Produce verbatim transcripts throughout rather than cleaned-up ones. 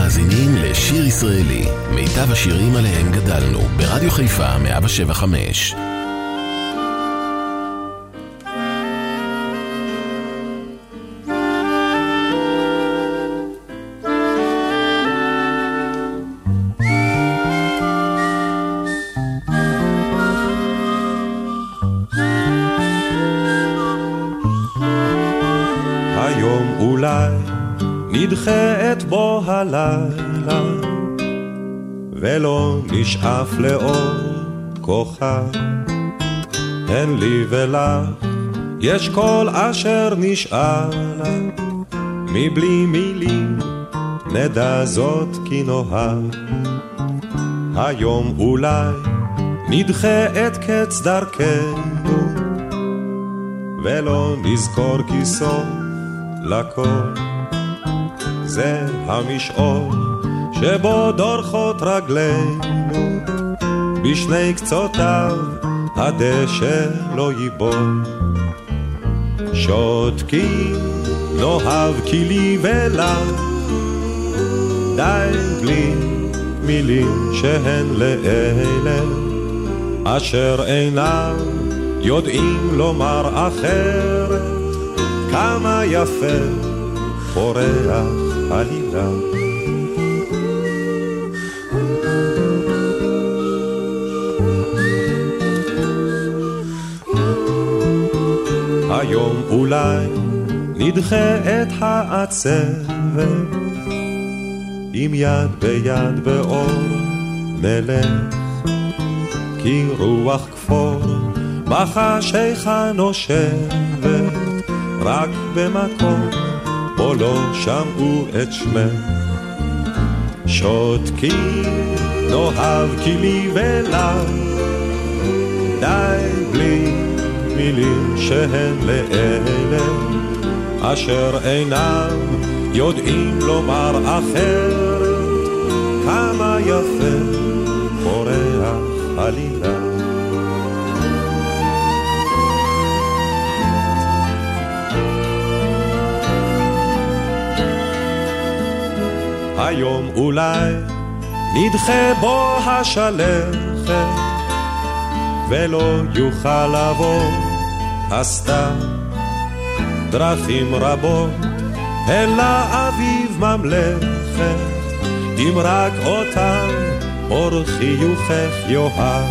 מאזינים לשיר ישראלי, מיטב השירים עליהם גדלנו, ברדיו חיפה מאה שבע חמש. היום אולי נדחה את בו הלילה ולא נשאף לאור כוכב, אין לי ולך יש כל אשר נשאלה, מבלי מילים נדע זאת כי נוהג. היום אולי נדחה את קץ דרכנו ולא נזכור כי סוף לכל זה המשעול שבו דורכות רגלינו, בשני קצותיו הדשא לא ייבול. שותקים נאהב כי לי ולך, די בלי מילים שהן לאלה אשר אינם יודעים לומר אחרת. כמה יפה פורח עלילה, היום אולי נדחה את העצבת, עם יד ביד באור נלך, כי רוח כפור בחשיכה נושבת, רק במקום בו לא שמעו את שמך. שותקים נאהב כי לי ולך, די בלי מילים שהן לאלה אשר אינם יודעים לומר אחרת. כמה יפה פורח עלילה, היום אולי נדחה בו השלכת ולא יוכל לבוא הסתם, דרכים רבות אל האביב ממלכת, אם רק אותם אור חיוכך יאהב.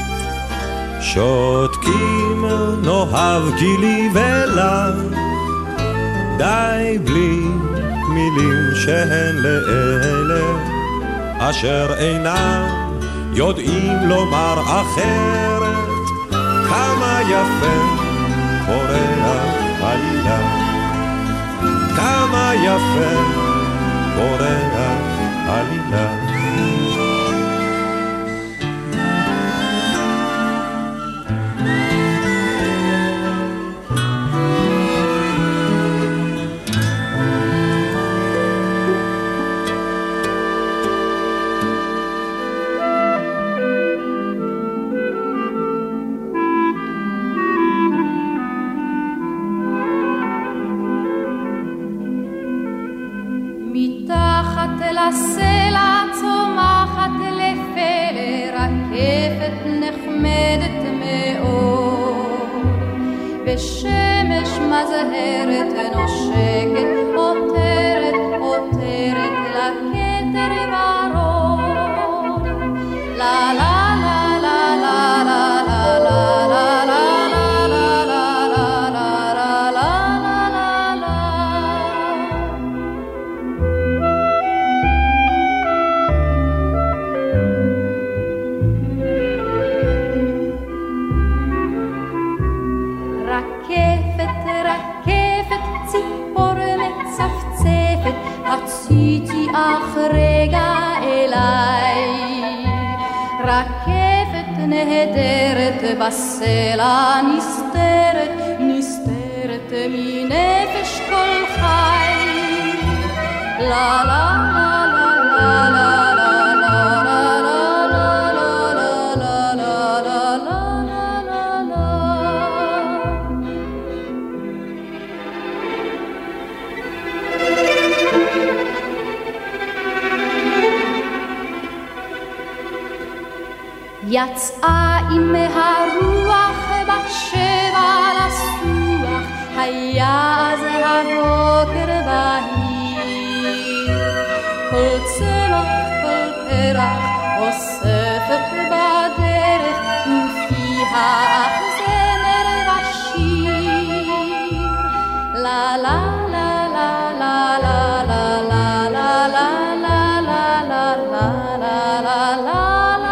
שותקים נאהב כי לי ולך, די בלי מילים שהן לאלה אשר אינם יודעים לומר אחרת. כמה יפה פורח עלילה, כמה יפה פורח עלילה. הסלע צומחת לפלא רקפת נחמדת מאוד, בשמש מזהרת נושקת עותרת עותרת לכתר ורוד. לה לה לה לה לה לה לה לה לה רציתי אך רגע אליי, רכבת נהדרת בסלע נסתרת, נסתרת מנפש כל חי. לה לה לה לה לה לה לה לה יצאה עם הרוח בת שבע לסוח, היה אז הבוקר בהיר. כל צמח, כל פרח, אוספת בדרך, ופיה אך זמר ושיר. לה לה לה לה לה לה לה לה לה לה לה לה לה לה לה.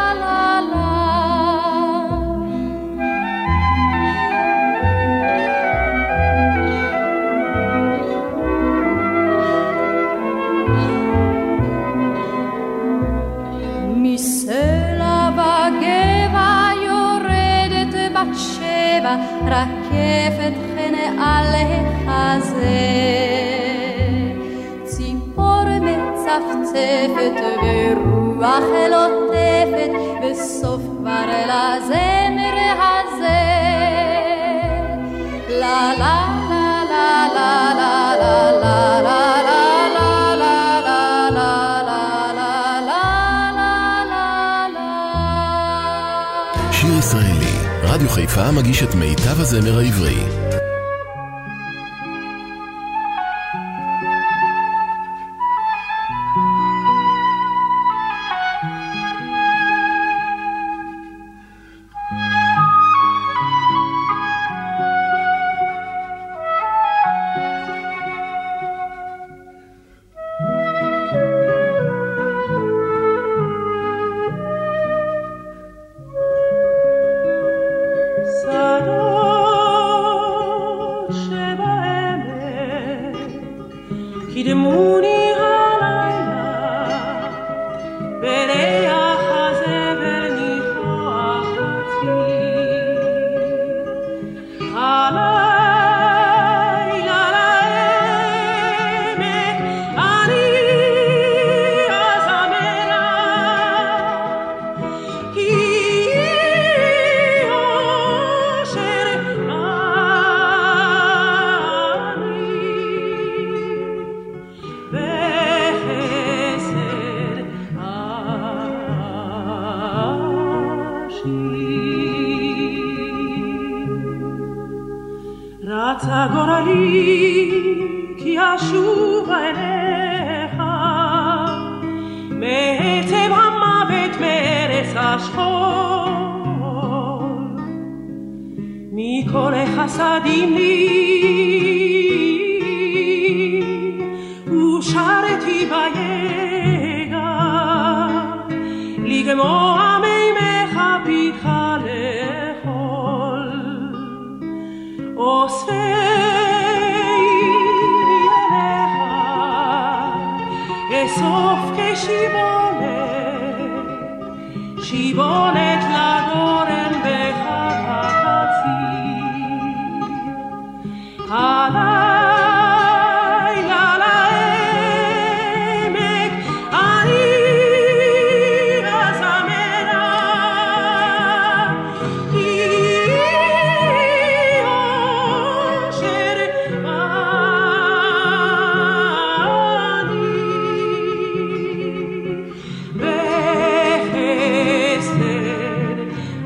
רקפת חן על החזה, ציפור מצפצפת ורוח לוטפת, בסוף כבר לזמר הזה. לה לה לה לה לה לה לה לה לה לה לה לה לה לה. שיר ישראלי, רדיו חיפה מגיש את מיטב הזמר העברי. רצה גורלי כי אשוב אליך מעצב המוות מארץ השכול, מכל החסדים לי ושרתי ביגע לגמוע מימך פיתך לאכול. אוספי אליך אסוף כשיבולת, שיבולת לגורן בחפצי. הלילה לעמק אני אזמרה, כי אושר אני בחסד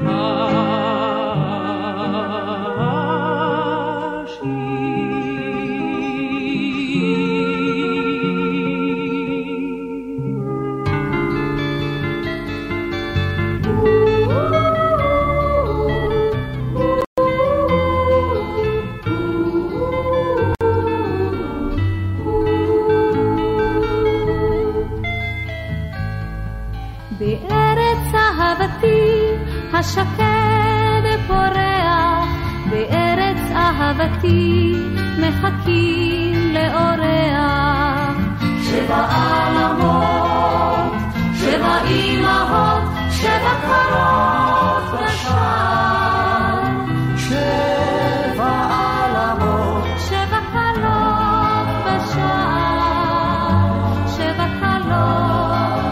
בארץ אהבתי השקד פורח, בארץ אהבתי מחכים לאורח. שבע עלמות, שבע אמהות, שבע קרות בשער. שבע עלמות, שבע קרות בשער, שבע קרות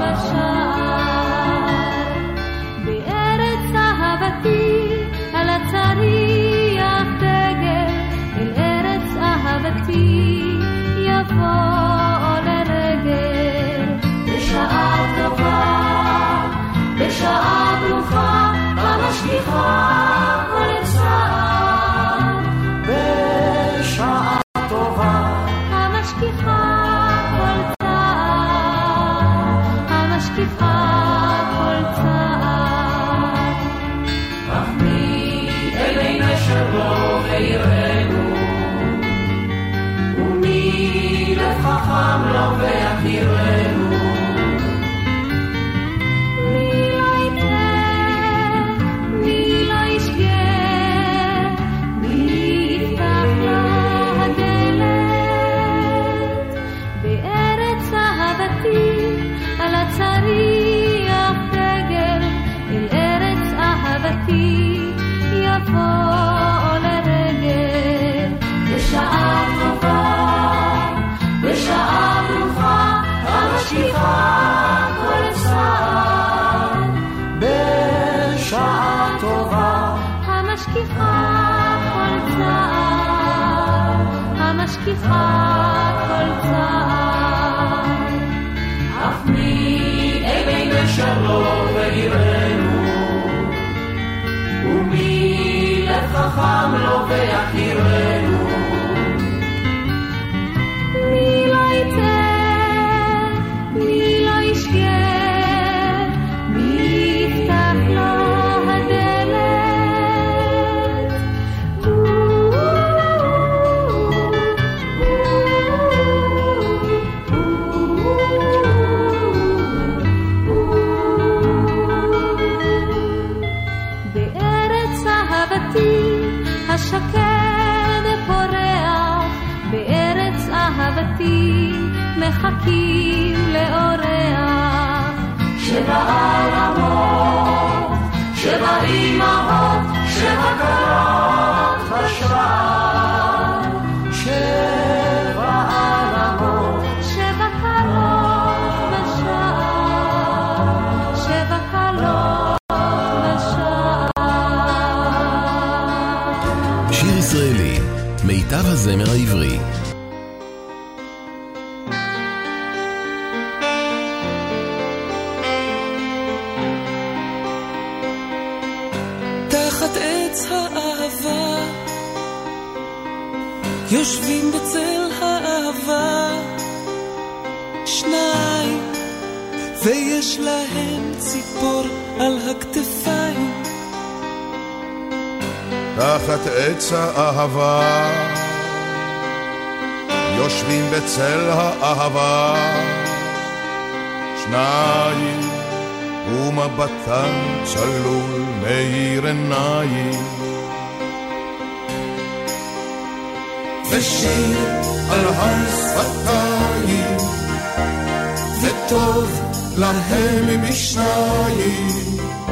בשער. בארץ אהבתי על הצריח דגל, אל ארץ אהבתי יבוא לרגל. המשכיחה כל צער. אך מי אלי נשרו ויראנו, ומי לב חכם לו ויכירנו. מי לא ייתן, מי לא ישגה, מי יפתח לו הדלת. בארץ אהבתי על הצריח דגל, אל ארץ אהבתי יבוא לרגל. בשעה טובה, בשעה ברוכה, המשכיחה כל צער. בשעה טובה, המשכיחה כל צער, המשכיחה כל צער. אך מי אלי נשרו ויראנו, ומי לב חכם לו ויכירנו. מי לא ייתן, מי לא ישגה, מי יפתח לו הדלת. בארץ אהבתי השקד פורח, בארץ אהבתי מחכים לאורח. שבע עולמות, שבע אמהות, שבע קרות בשער. שבע עולמות, שבע קלות בשער, שבע קלות בשער. שיר ישראלי, מיטב הזמר העברי. תחת עץ האהבה יושבים בצל האהבה שניים, ויש להם ציפור על הכתפיים. תחת עץ האהבה יושבים בצל האהבה שניים, ומבטן צלול מאיר עיניים. ושיר על השפתיים, וטוב להם משניים.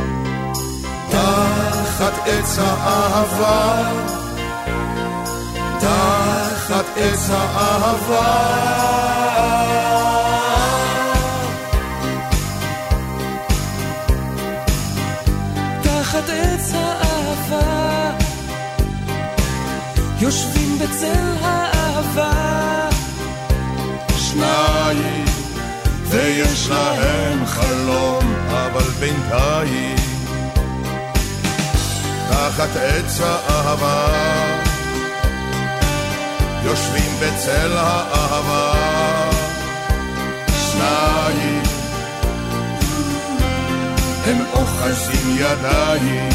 תחת עץ האהבה, תחת עץ האהבה. תחת עץ האהבה יושבים בצל האהבה שניים, ויש להם חלום אבל בינתיים. תחת עץ האהבה יושבים בצל האהבה שניים, הם אוחזים ידיים.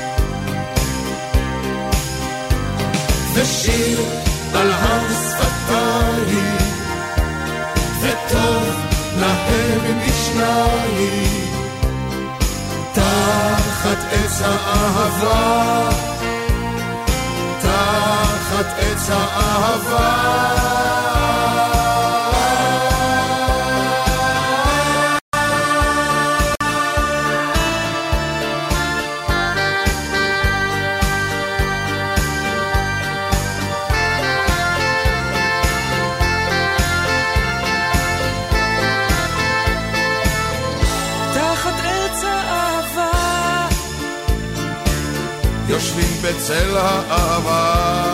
ושיר על השפתיים, וטוב להם משניים. תחת עץ האהבה, תחת עץ האהבה. יושבים בצל האהבה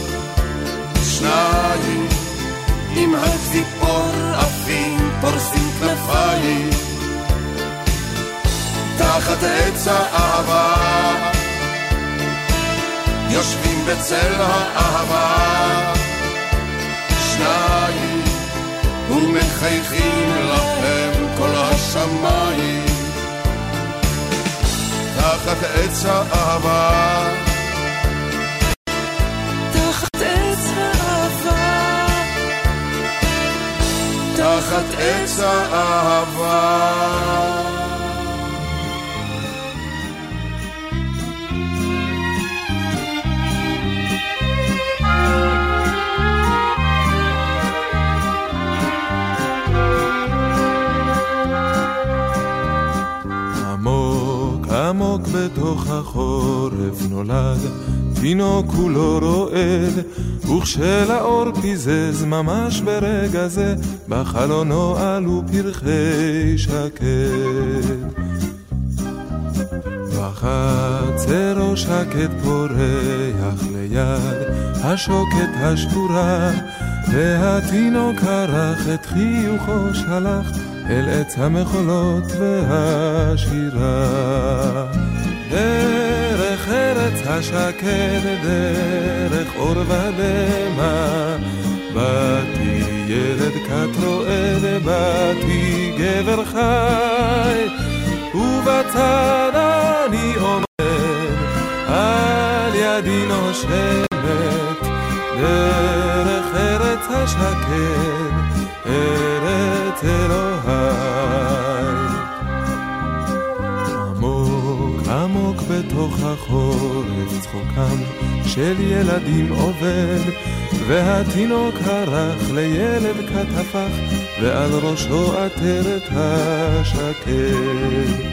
שניים, עם הציפור עפים פורסים כנפיים. תחת עץ האהבה יושבים בצל האהבה שניים, ומחייכים להם כל השמיים. תחת עץ האהבה, תחת עץ האהבה, תחת עץ האהבה. עמוק בתוך החורף נולד תינוק כולו רועד, וכשלאור פיזז ממש ברגע זה בחלונו עלו פרחי שקד. בחצרו שקד פורח ליד השוקת השבורה, והתינוק ערך את חיוכו שלח אל עץ המחולות והשירה. דרך ארץ השקד, דרך אור ודמה, באתי ילד כת רועד, באתי גבר חי, ובצד אני עומד, על ידי נושמת. דרך ארץ השקד, ארץ אלוהי. עמוק עמוק בתוך החורף צחוקם של ילדים עובד, והתינוק הרך לילד כת הפך, ועל ראשו עטרת השקד.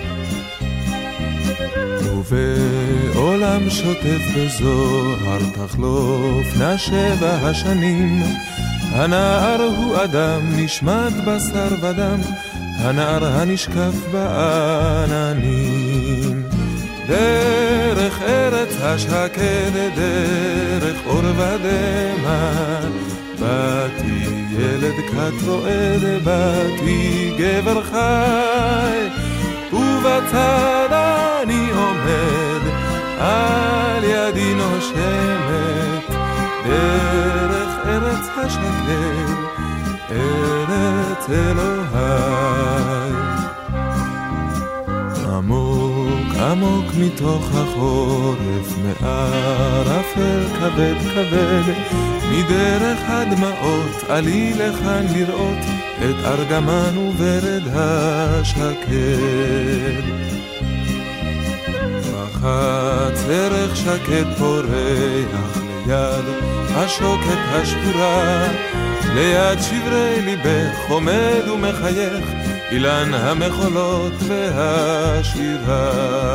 ובעולם שוטף בזוהר תחלופנה שבע השנים, הנער הוא אדם נשמת בשר ודם, הנער הנשקף בעננים. דרך ארץ השקד, דרך אור ודמה, באתי ילד כת רועד, באתי גבר חי, ובצד אני עומד, על ידי נושמת. דרך ארץ השקד, ארץ אלוהי. עמוק עמוק מתוך החורף, מערפל כבד כבד, מדרך הדמעות עלי לכאן לראות את ארגמן וברד השקד. בחצרך שקד פורח ליד השוקת השבורה, ליד שברי ליבך עומד ומחייך אילן המחולות והשירה.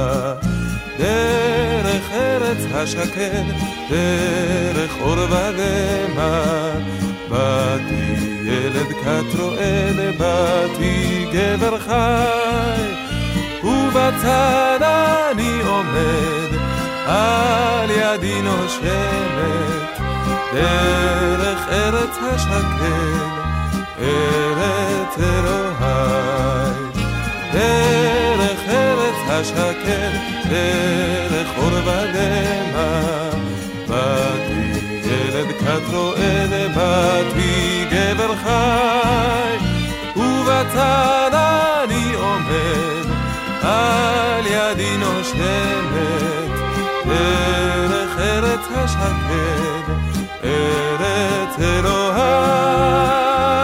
דרך ארץ השקד, דרך אור ודמה, באתי ילד כת רועד, באתי גבר חי, ובצד אני עומד, על ידי נושמת. דרך ארץ השקד, ארץ אלוהי. דרך ארץ השקד, דרך אור ודמה, באתי ילד כת רועד, באתי גבר חי, ובצד אני עומד, על ידי נושמת. דרך ארץ השקד, ארץ אלוהי.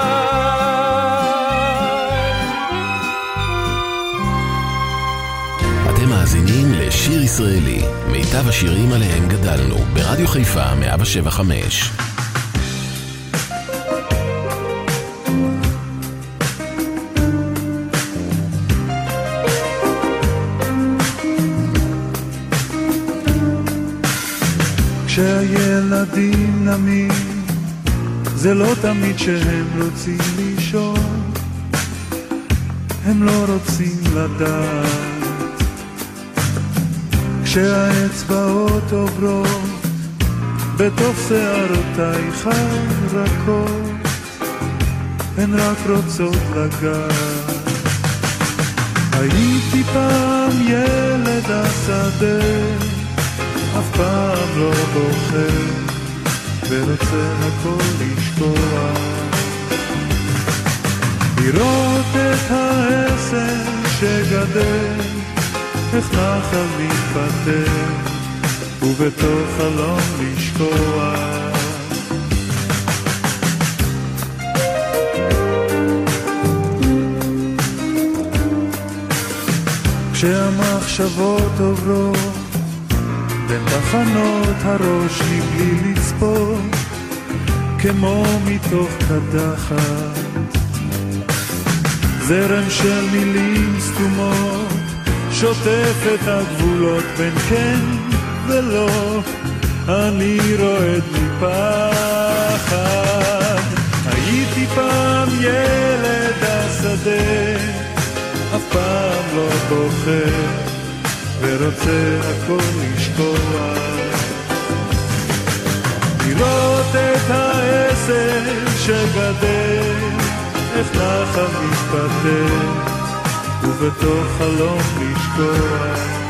אתם מאזינים לשיר ישראלי, מיטב השירים עליהם גדלנו, ברדיו חיפה מאה שבע חמש. כשהילדים נמים, זה לא תמיד שהם רוצים לישון, הם לא רוצים לדעת. כשהאצבעות עוברות בתוך שערותייך רכות, הן רק רוצות לגעת. הייתי פעם ילד השדה, אף פעם לא בוחר, ורוצה הכל לשכוח. לראות את העשר שגדל, איך נחל מתפטר ובתוך חלום לשקוע. כשהמחשבות עוברות בין תחנות הראש מבלי לצפות, כמו מתוך קדחת זרם של מילים סתומות שוטף את הגבולות בין כן ולא, אני רועד מפחד. הייתי פעם ילד השדה, אף פעם לא בוחר ורוצה הכל לשקוע, לראות את העשר שגדל, איך נחל מתפטר ובתוך חלום לשקוע.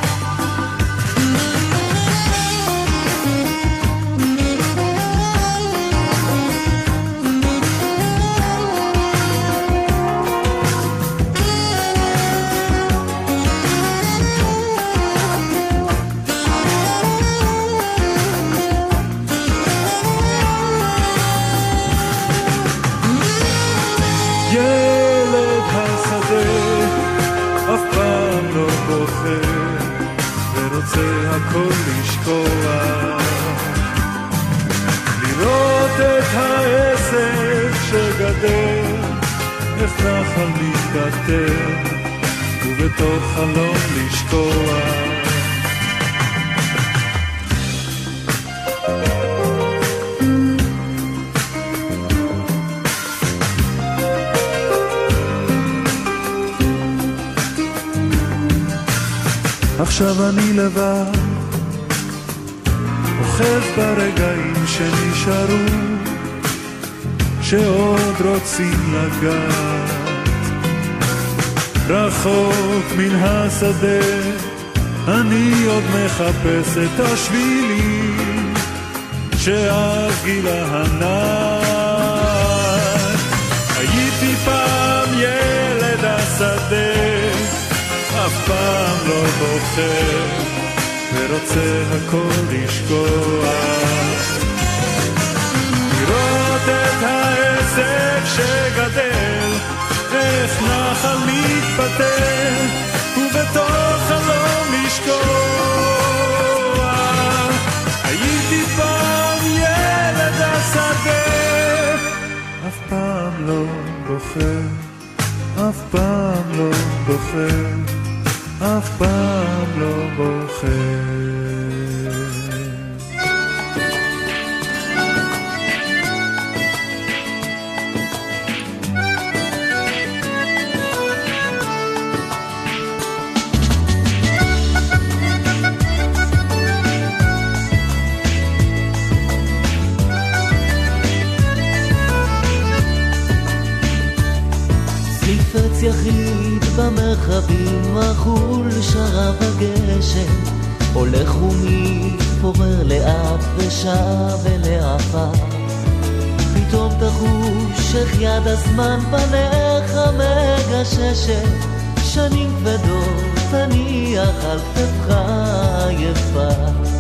הכל לשקוע, לראות את העסק שגדל, איך נחל מתפטר ובתוך חלום לשקוע. עכשיו אני לבד אוחז ברגעים שנשארו, שעוד רוצים לגעת. רחוק מן השדה אני עוד מחפש את השבילים שאז גילה הנעת. הייתי פעם ילד השדה, אף פעם לא בוחר ורוצה הכל לשקוע, לראות את העסק שגדל, איך נחל מתפטר ובתוך חלום לשקוע. הייתי פעם ילד השדה, אף פעם לא בוחר, אף פעם לא בוחר, אף פעם לא בוחר. חפץ יחיד במרחבים מחול שרב הגשם, הולך ומתפורר לאט ושב ולעפה. פתאום תחוש איך יד הזמן פניך מגששת, שנים כבדות תניח על כתפך יפה.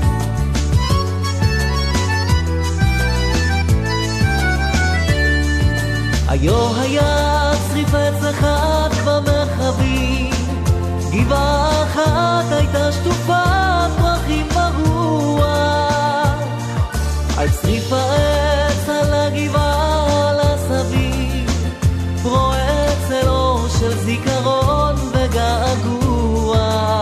היו היה צריף אצלך במרחבים, גבעה אחת הייתה שטופת פרחים ברוח. על צריף העץ על הגבעה לסביב רואה צלו של זיכרון וגעגוע.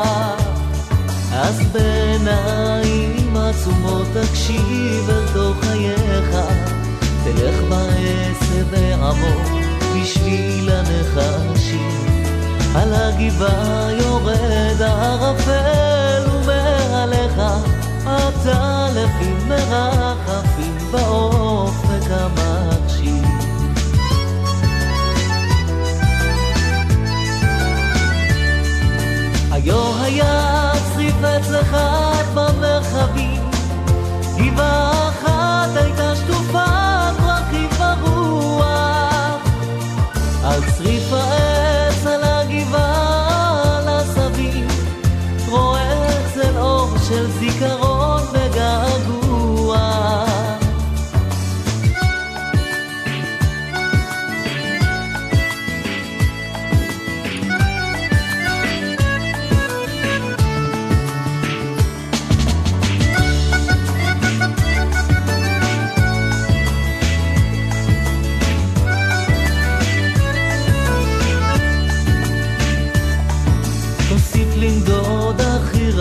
אז בעיניים עצומות תקשיב אל תוך חייך, תלך בעשב ועמוק בשביל הנחשים. על הגבעה יורד הערפל ומעליך אתה לפים מרחפים באופק המקשיב. היו היה צריף אצלך במרחבים, גבעה אחת הייתה שטופת פרחים ברוח. על צריף העץ על הגבעה לסביב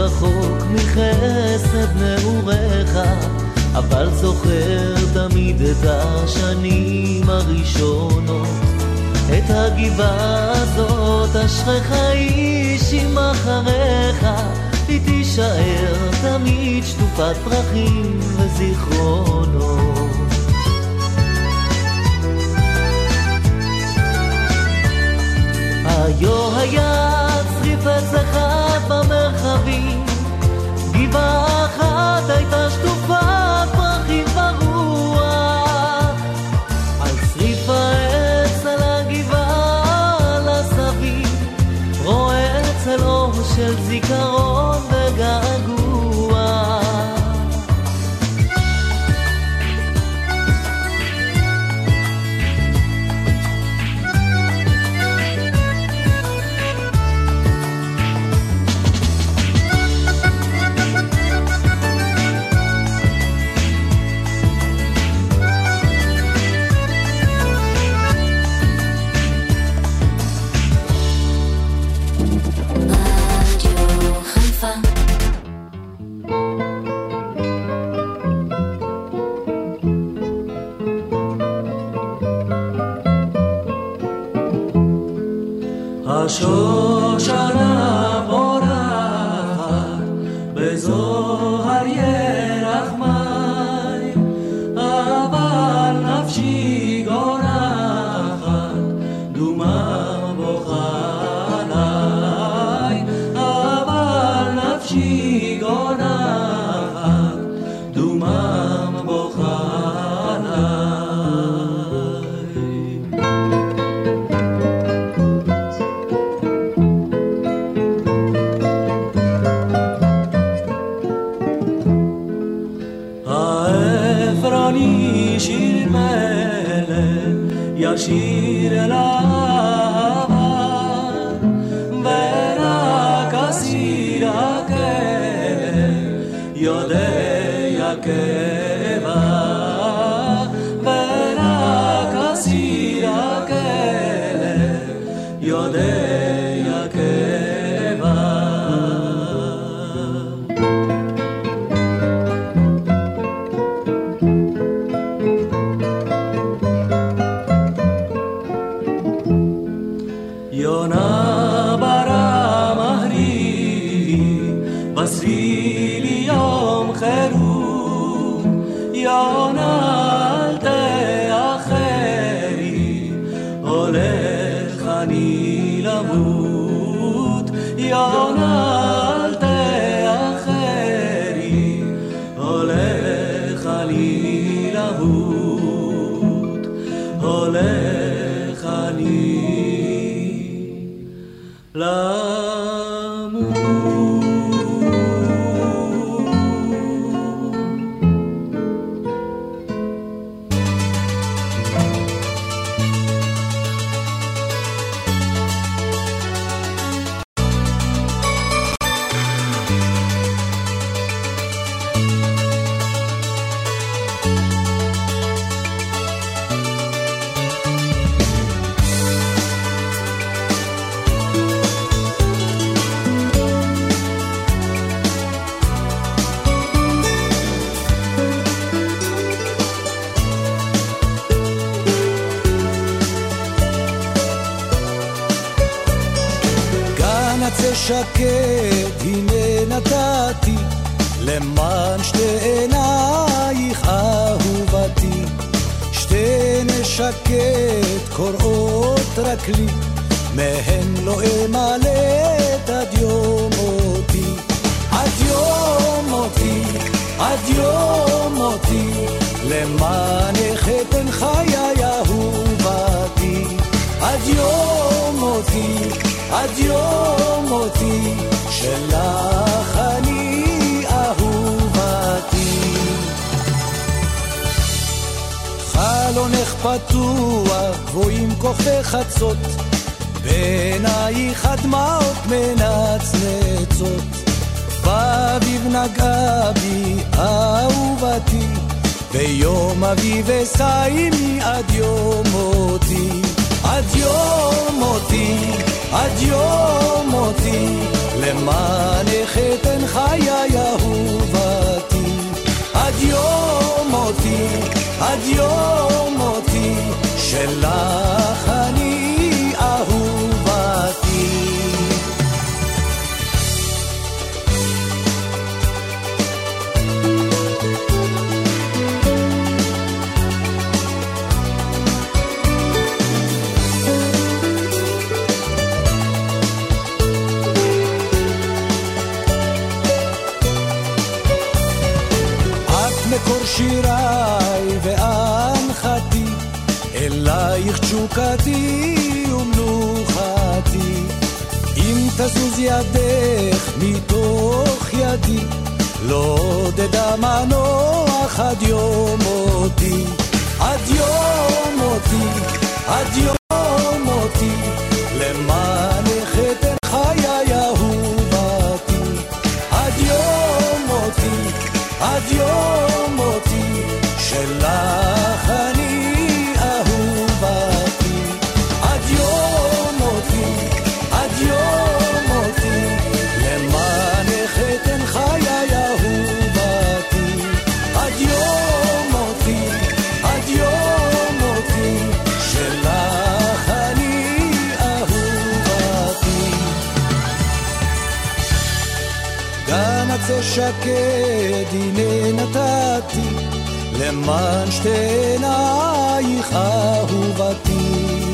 רחוק מחסד נעוריך, אבל זוכר תמיד את השנים הראשונות. את הגבעה הזאת אשריך איש עם אחריך, היא תישאר תמיד שטופת פרחים וזיכרונות. היו היה צריף אצלך במרחבים, גבעה אחת הייתה שטופת פרחים ברוח. על צריף העץ על הגבעה לסביב, רואה אצל אור של זיכרון וגעגוע. השושנה פורחת בזוהר ירח מים, אבל נפשי גורחת דומם בוכה עליי, אבל נפשי גורחת דומם בוכה עליי. שיר מלך ישיר אל אהבה, ורק אסיר הכלב יודע כאבה, ורק אסיר הכלב יודע כאבה. יונה ברא מהרי בסרי לי יום חירות, יונה אל תאחרי הולך אני למות, יונה אל תאחרי הולך אני למות, הולך אני למות. שקט הנה נתתי למען שתי עינייך אהובתי, שתי נשקת קוראות רק לי, מהן לא אמלט עד יום מותי, עד יום מותי, עד יום מותי, למענך אתן חיי אהובתי, עד יום מותי, עד יום מותי, שלך אני אהובתי. חלונך פתוח גבוהים כוכבי חצות, בעינייך הדמעות מנצנצות, באביב נגעה בי אהובתי, ביום אביב אסיימי עד יום מותי, עד יום מותי, עד יום מותי, למענך אתן חיי אהובתי, עד יום מותי, עד יום מותי, שלך אני אהובתי. מקור שיריי ואנחתי, אלייך תשוקתי ומלוכתי. אם תזוז ידך מתוך ידי, לא תדע מנוח עד יום מותי, עד יום מותי, עד יום מותי, למענך אתן חיי אהובתי, עד יום מותי, עד יום מותי, שלך אני אהובתי, עד יום מותי, עד יום מותי, למענך אתן חיי אהובתי, עד יום מותי, עד יום מותי, שלך אני אהובתי. גן עצי שקד הנה נתתי, למען שתי עינייך אהובתי.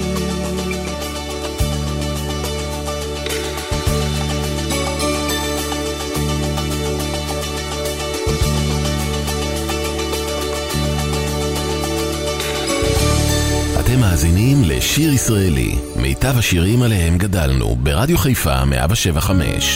אתם מאזינים לשיר ישראלי, מיטב השירים עליהם גדלנו, ברדיו חיפה מאה שבע חמש.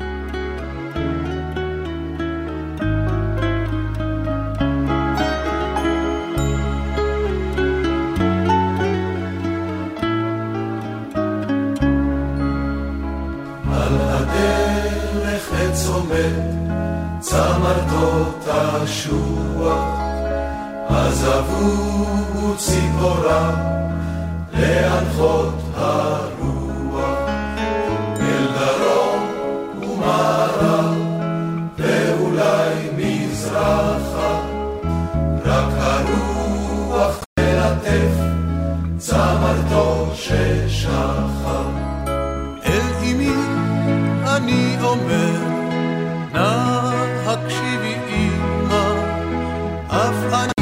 עזבו ציפורה להנחות הרוח, אל דרום ומערב ואולי מזרחה, רק הרוח תלטף צמרתו ששחה. אל אמי אני אומר, נא הקשיבי אמא, אף אני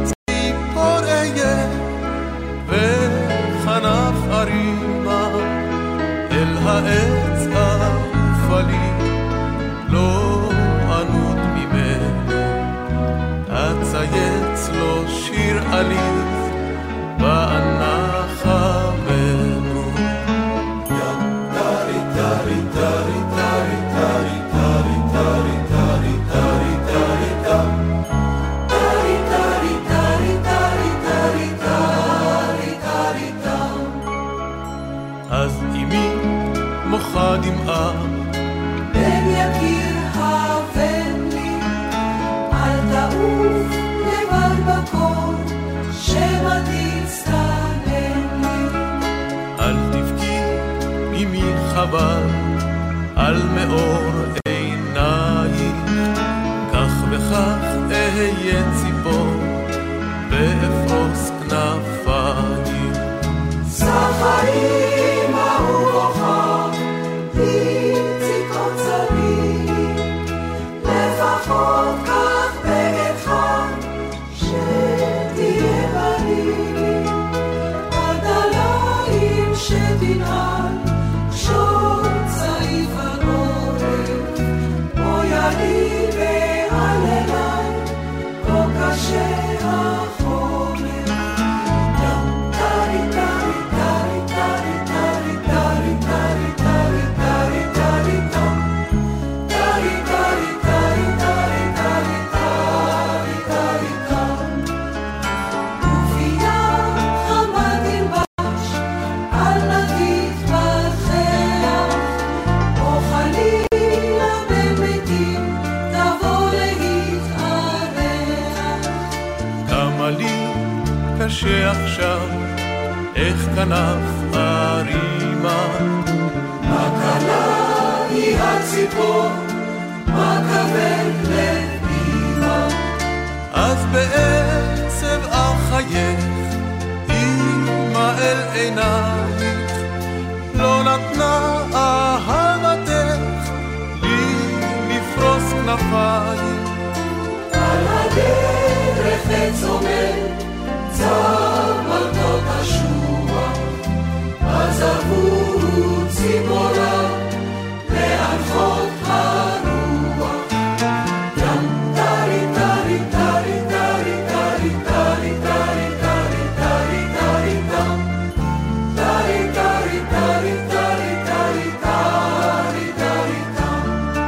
העץ ערופה לי, לא ענות ממנו, אצייץ לו שיר עליז באנחה מנו. ים טרי טרי טרי טרי טרי טרי טרי טרי טרי טרי טרי טרי טרי טרי טרי טרי טרי טרי. אז אמי מוחה דמעה, בן יקיר הבן לי, אל תעוף לבד בקור, שמא תצטנן לי. אל תבכי אמי חבל על מאור עינייך, כך וכך אהיה ציפור באפרוס כנפייך. זכרים אהובך ציפות צבילי, לפחות כך בגדך שתהיה בלילי, עד עליים שתנעל שור צעיף על עורף, בויה לי ועל אליי כה קשה החורף. ים טרי טרי טרי טרי טרי טרי טרי טרי טרי טרי טרי טרי טרי טרי טרי טרי טרי טרי. ופייה חמה תלבש על נדיב פרחיה, או חלילה בין מתים תבוא להתארח. כמה לי קשה עכשיו, איך כנף הרימה, הקלה היא ציפור, מה כבד לאמא. אז בעצב אחייך, אמא אל עינייך, לא נתנה אהבתך לי לפרוס כנפיים. על הדרך עץ עומד, צמרתו תשוע, אז עברו ציפורה להנחות הרוח. ים טרי טרי טרי טרי טרי טרי טרי טרי טרי טרי טם, טרי טרי טרי טרי טרי טרי טרי טם.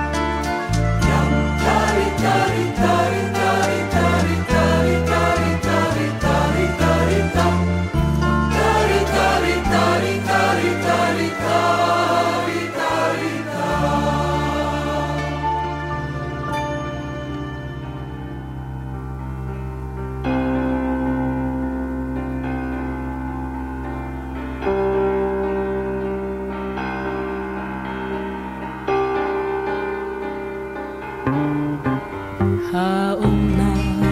ים טרי טרי טרי טרי טרי טרי טרי טרי טרי טרי טם, טרי טרי טרי טרי טרי טרי טרי טם. האומנם,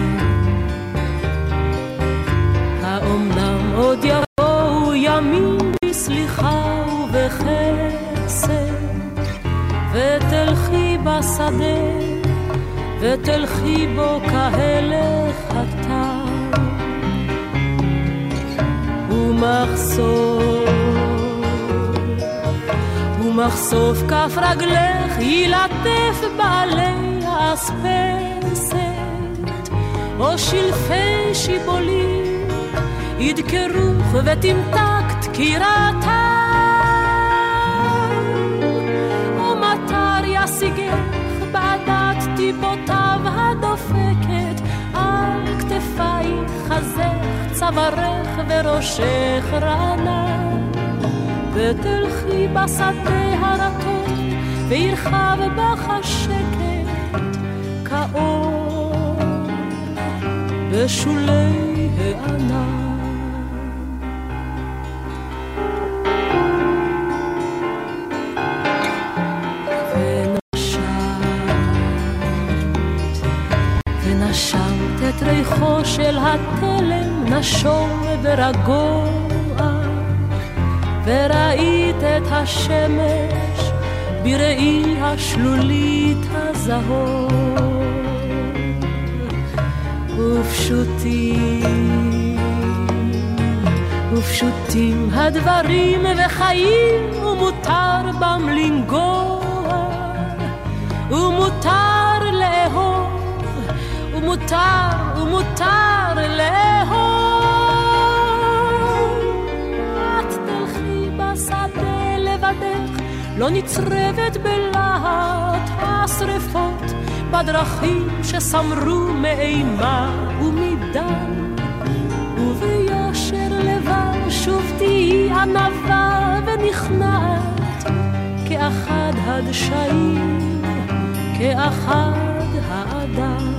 האומנם עוד יבואו ימים בסליחה ובחסד, ותלכי בשדה ותלכי בו כהלך הטל, ומחשוף ומחשוף כף רגלך ילטף בעלי האספסת, או שלפי שיבולים ידקרוך ותמתק דקירתה, או מטר ישיגך בעדת טיפותיו הדופקת, על כתפייך חזך צווארך וראשך רענן, ותלכי בשדה הרטון וירחב בך השקט כאור בשולי הענן. ונשמת את ריחו של התלם נשום ורגוע, וראית את השמש בראי השלולית הזהור, ופשוטים ופשוטים הדברים וחיים, ומותר בם לנגוע, ומותר לאהוב, ומותר ומותר לאהוב. בשדה לבדך לא נצרבת בלהט השרפות, בדרכים שסמרו מאימה ומדם, וביושר לבב שוב תהי ענווה ונכנעת, כאחד הדשאים, כאחד האדם.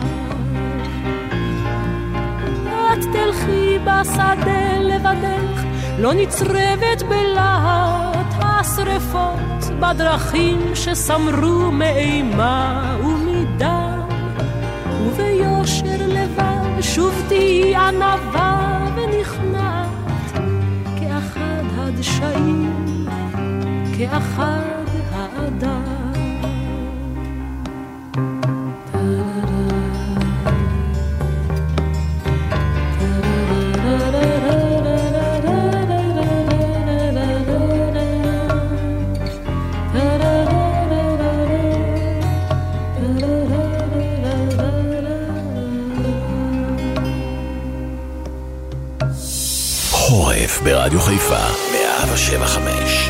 את תלכי בשדה לבדך לא נצרבת בלהט השרפות, בדרכים שסמרו מאימה ומדם, וביושר לבב שוב תהי ענווה ונכנעת, כאחד הדשאים, כאחד האדם. חורף ברדיו חיפה מאה שבע חמש.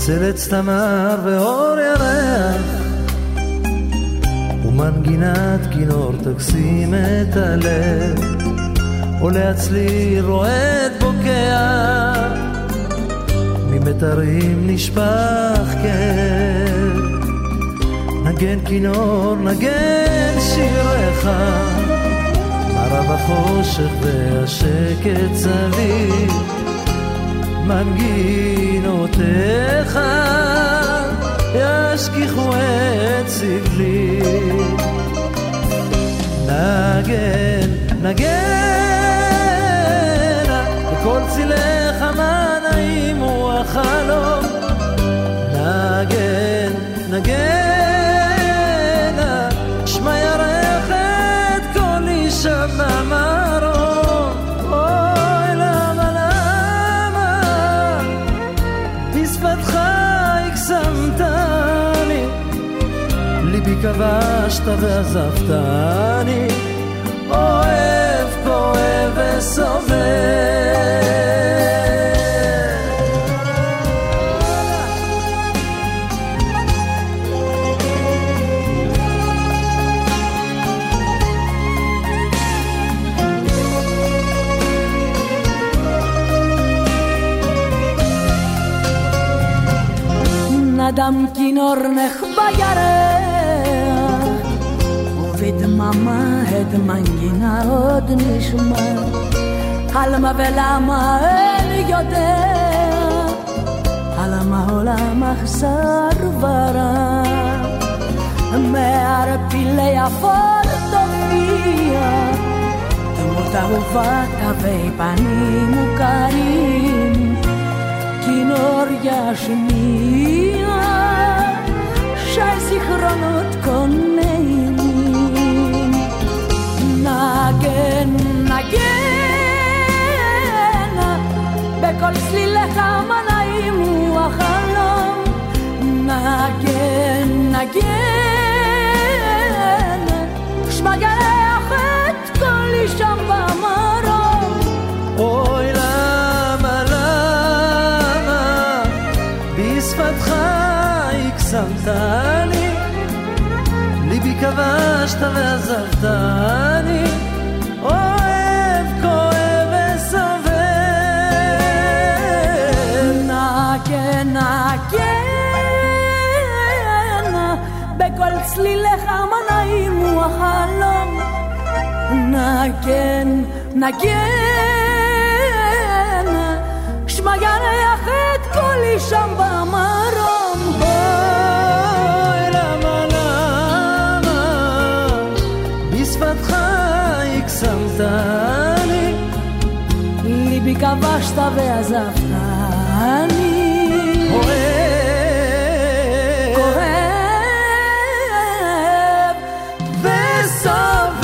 צלץ תמר ואור ירח ומנגינת כינור תקסים את הלב עולה הצליל רועד בוקע ממתרים נשפך כאב נגן כינור נגן שירך מרה בחושך והשקט סביב מנגינותיך ישכיחו את סבלי נגן, נגן בכל צילך מה נעים הוא החלום נגן, נגן שמע ירך את כל אישה במרום אוי למה למה בשפתך הקסמתני ליבי כבשת ועזבתני אוהב, כואב וסובל נדם כינור נחבא ירח ובדממה את מנגינה עוד נשמע הלמה ולמה אין יודע הלמה עולם אכזר ורע מערפילי אפור תופיע דמות אהובה תווי פנים מוכרים כינור ישמיע שי זיכרונות כה נעימים נגן, נגן בכל צלילך מה נעים הוא החלום נגן, נגן שמע ירח את כל אישם במרום אוי למה למה בשפתך הקסמתני ליבי כבשת ועזבתני אוהב, כואב וסובל נגן, נגן בכל צלילך מה נעים הוא החלום נגן, נגן שמע ירח את כל אישם במרום אוי למה למה בשפתך הקסמתני ליבי כבשת ועזבתני אוהב, כואב וסובל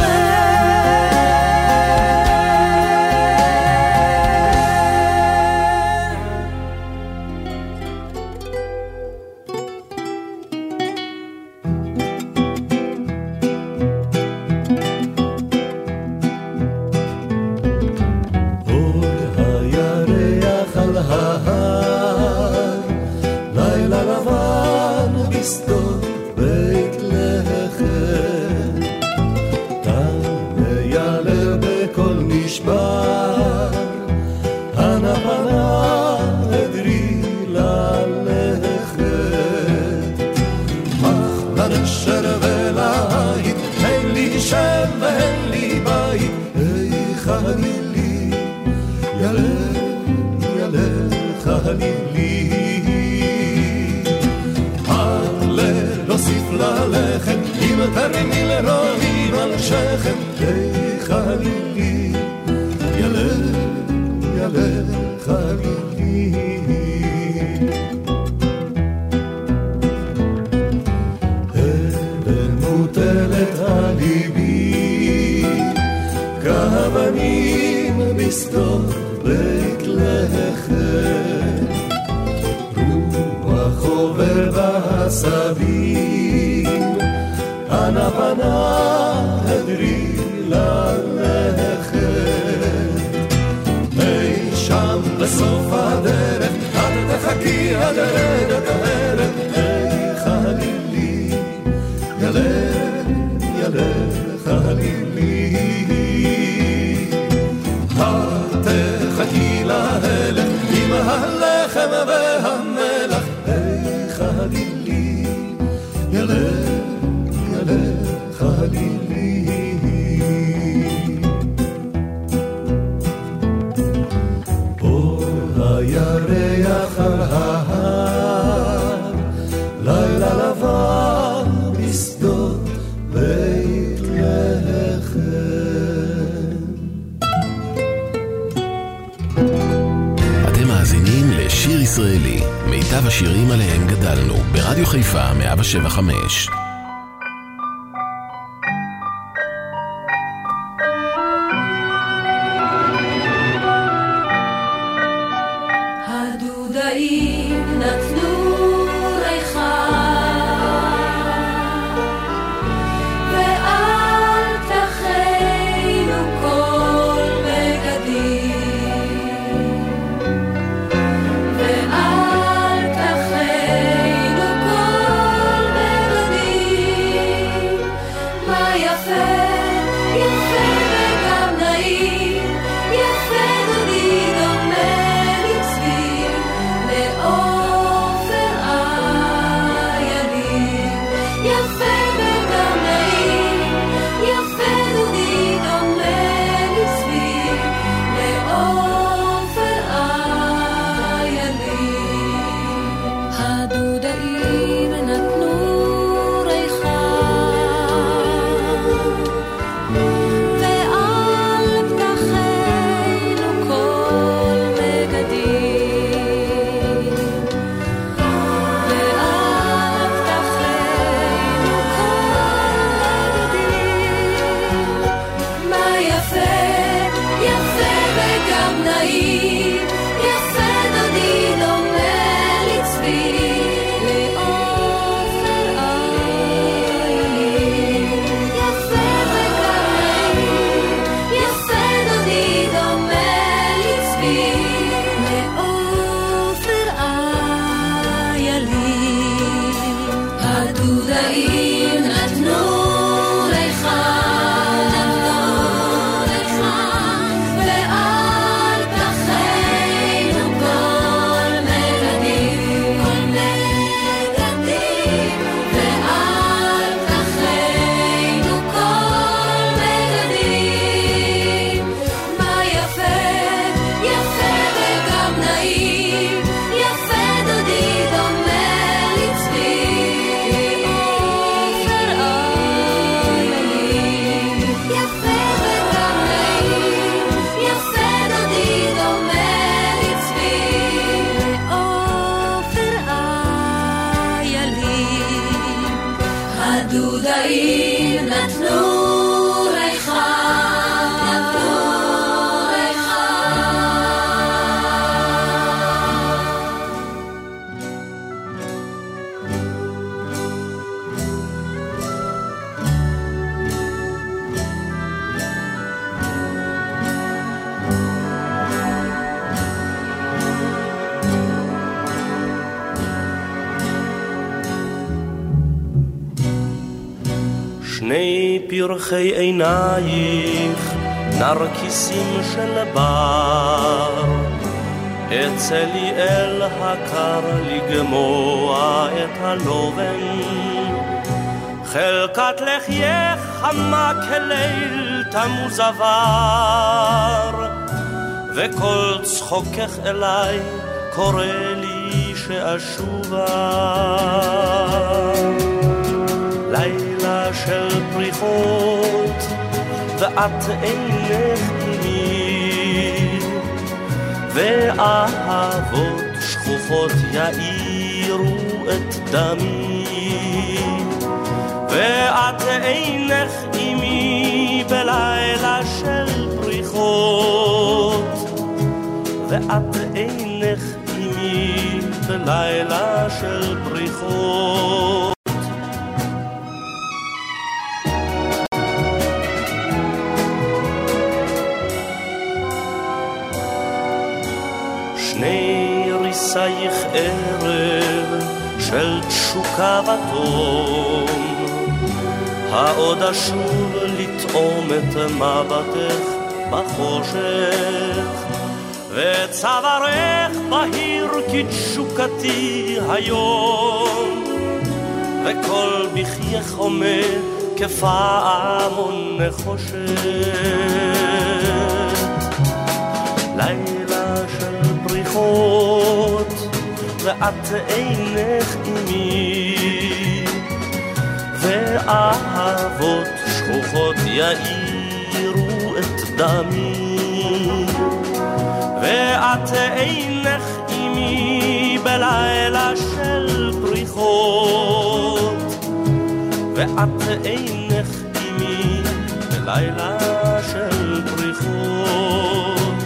תרימי לרועים על שכם די חלילי ילך, ילך חלילי אבן מוטלת על ליבי כאבנים בשדות בית לחם רוח עובר בעשבים פנה פנה הדרי ללכת אי שם בסוף הדרך את תחכי עד הרגע על ההר, לילה לבן בשדות בית לחם. אתם מאזינים לשיר ישראלי, מיטב השירים עליהם גדלנו, ברדיו חיפה מאה שבע חמש. הדודאים נתנו ריחה ואל תכינו כל בגדים ואל תכינו כל בגדים מה יפה יפה וגם נעים יפה דודי דומה לצבי לעופר איילים יפה וגם נעים יפה דודי דומה לצבי לעופר איילים הדודאים נתנו ריחה ועל פתחינו כל מגדים ועל פתחינו כל מגדים מה יפה יפה וגם נעים יפה דודי דומה לצבי לעופר איילים יפה וגם נעים יפה דודי דומה לצבי לעופר איילים הדודאים נתנו ריחה נתנו ריחה ואל תכינו כל מגדים כל מגדים ואל תכינו כל מגדים מה יפה יפה וגם נעים יפה דודי דומה לצבי לעופר איילים יפה וגם נעים יפה דודי דומה לצבי לעופר איילים הדודאים נתנו ריחה נתנו ריחה שני פרחי עינייך נרקיסים של בר אצלי אל הקר לגמוע את הלובן חלקת לחייך חמה כליל תמוז עבר וכל צחוקך אליי קורא לי שאשובה לילה של פריחות ואת אינך עימי ואהבות שכוחות יאירו את דמי ואת אינך עימי בלילה של פריחות ואת אינך עימי בלילה של פריחות שני ריסייך ערב של תשוקה ותום העוד אשוב לטעום את מבטך בחושך וצווארך בהיר כתשוקתי היום וכל בחייך עומד כפעמון נחושת לילה של פריחות ואת אינך עימי, ואהבות שכוחות יאירו את דמי, ואת אינך עימי בלילה של פריחות, ואת אינך עימי בלילה של פריחות.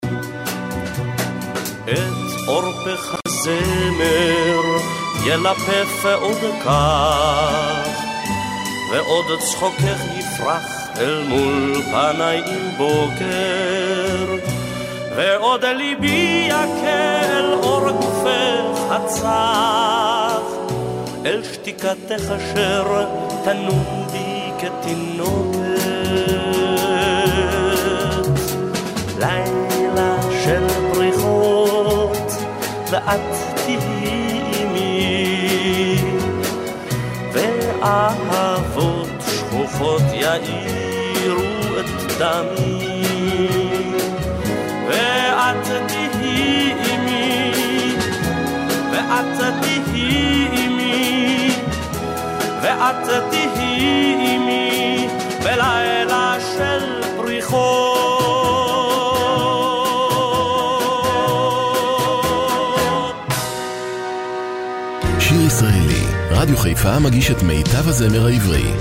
את אורפך הזמר ילפף עוד כך, ועוד צחוקך יפרח אל מול פניי עם בוקר, ועוד ליבי יקה אל אור גופך הצח, אל שתיקתך אשר תנום בי כתינוקת. לילה של פריחות ואת תהיי עימי, ואהבות שכוחות יאירו את דמי, ואת תהיי עימי, ואת תהיי עימי, ואת תהיי עימי בלילה של פריחות. שיר ישראלי, רדיו חיפה מגיש את מיטב הזמר העברי.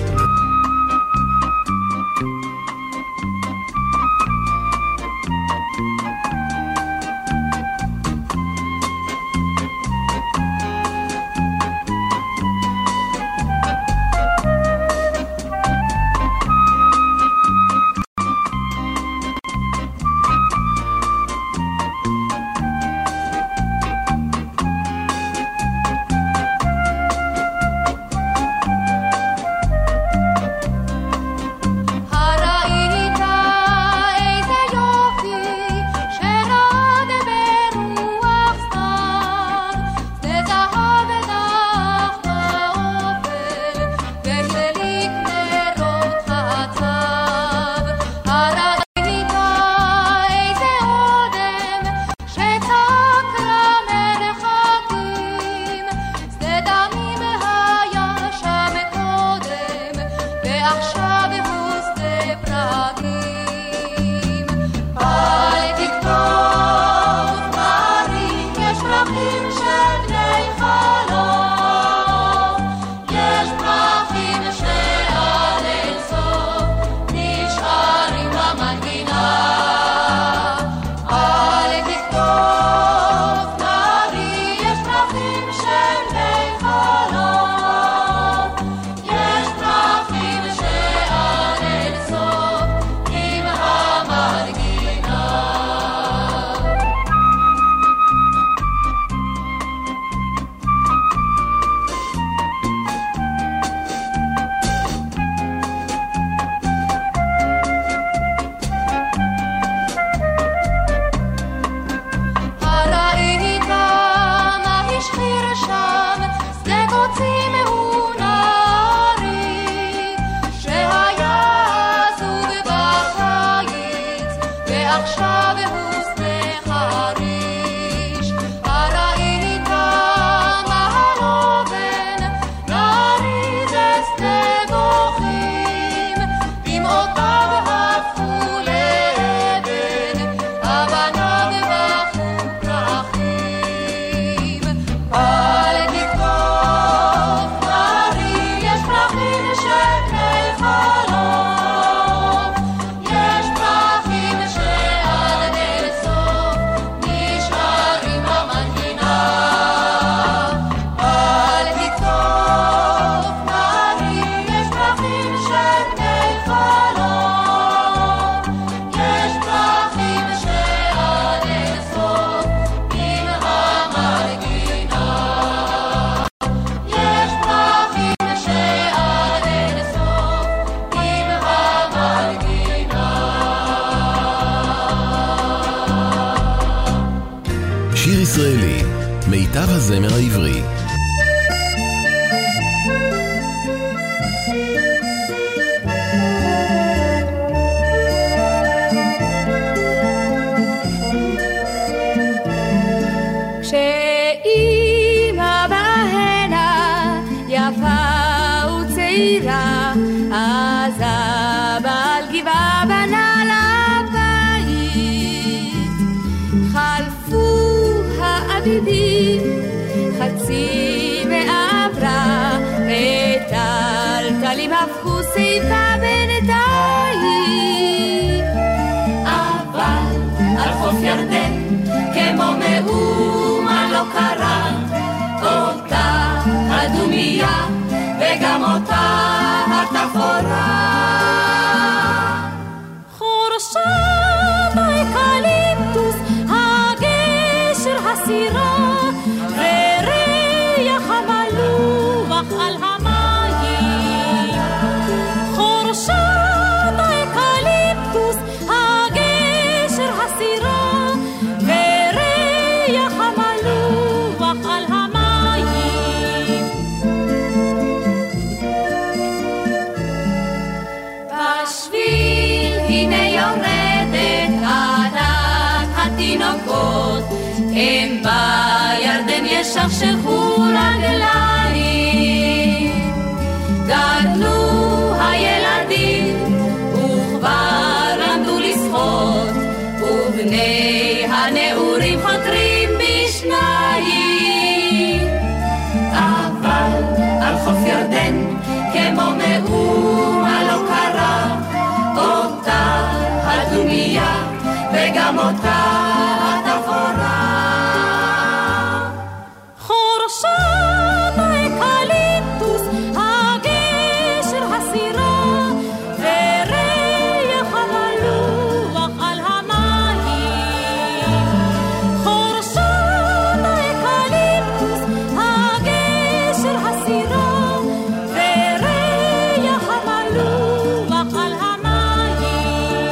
שיר ישראלי, מיטב הזמר העברי. כשאי סוסי ועברה, וטלטלים הפכו שיפה בינתיים. אבל על חוף ירדן כמו מאומה לא קרה, אותה הדומיה וגם אותה התפורה. חורשת האקליפטוס, הגשר הסירה, וריח המלוח על המים. חורשת האקליפטוס, הגשר הסירה, וריח המלוח על המים. בשביל הנה יורדת עדת התינוקות, הם בירדן ישכשכו רגליים. גדלו הילדים וכבר למדו לשחות, ובני הנעורים חותרים בשניים. אבל על חוף ירדן כמו מאומה לא קרה, אותה הדומיה וגם אותה התפורה. חורשת האקליפטוס, הגשר הסירה, וריח המלוח על המים. חורשת האקליפטוס, הגשר הסירה, וריח המלוח על המים.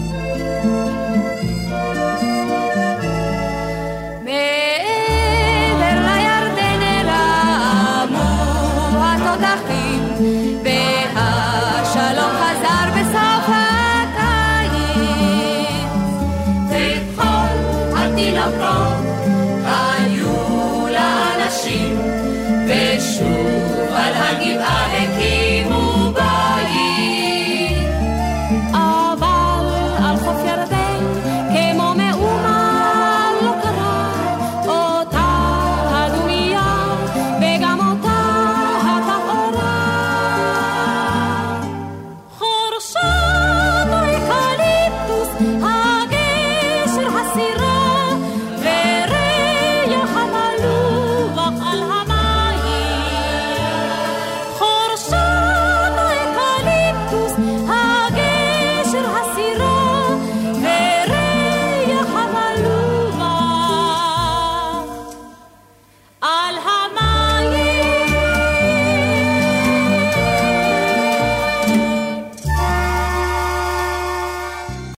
מעבר לירדן הרמו התותחים, והשלום חזר בסוף הקיץ. וכל התינוקות היו לאנשים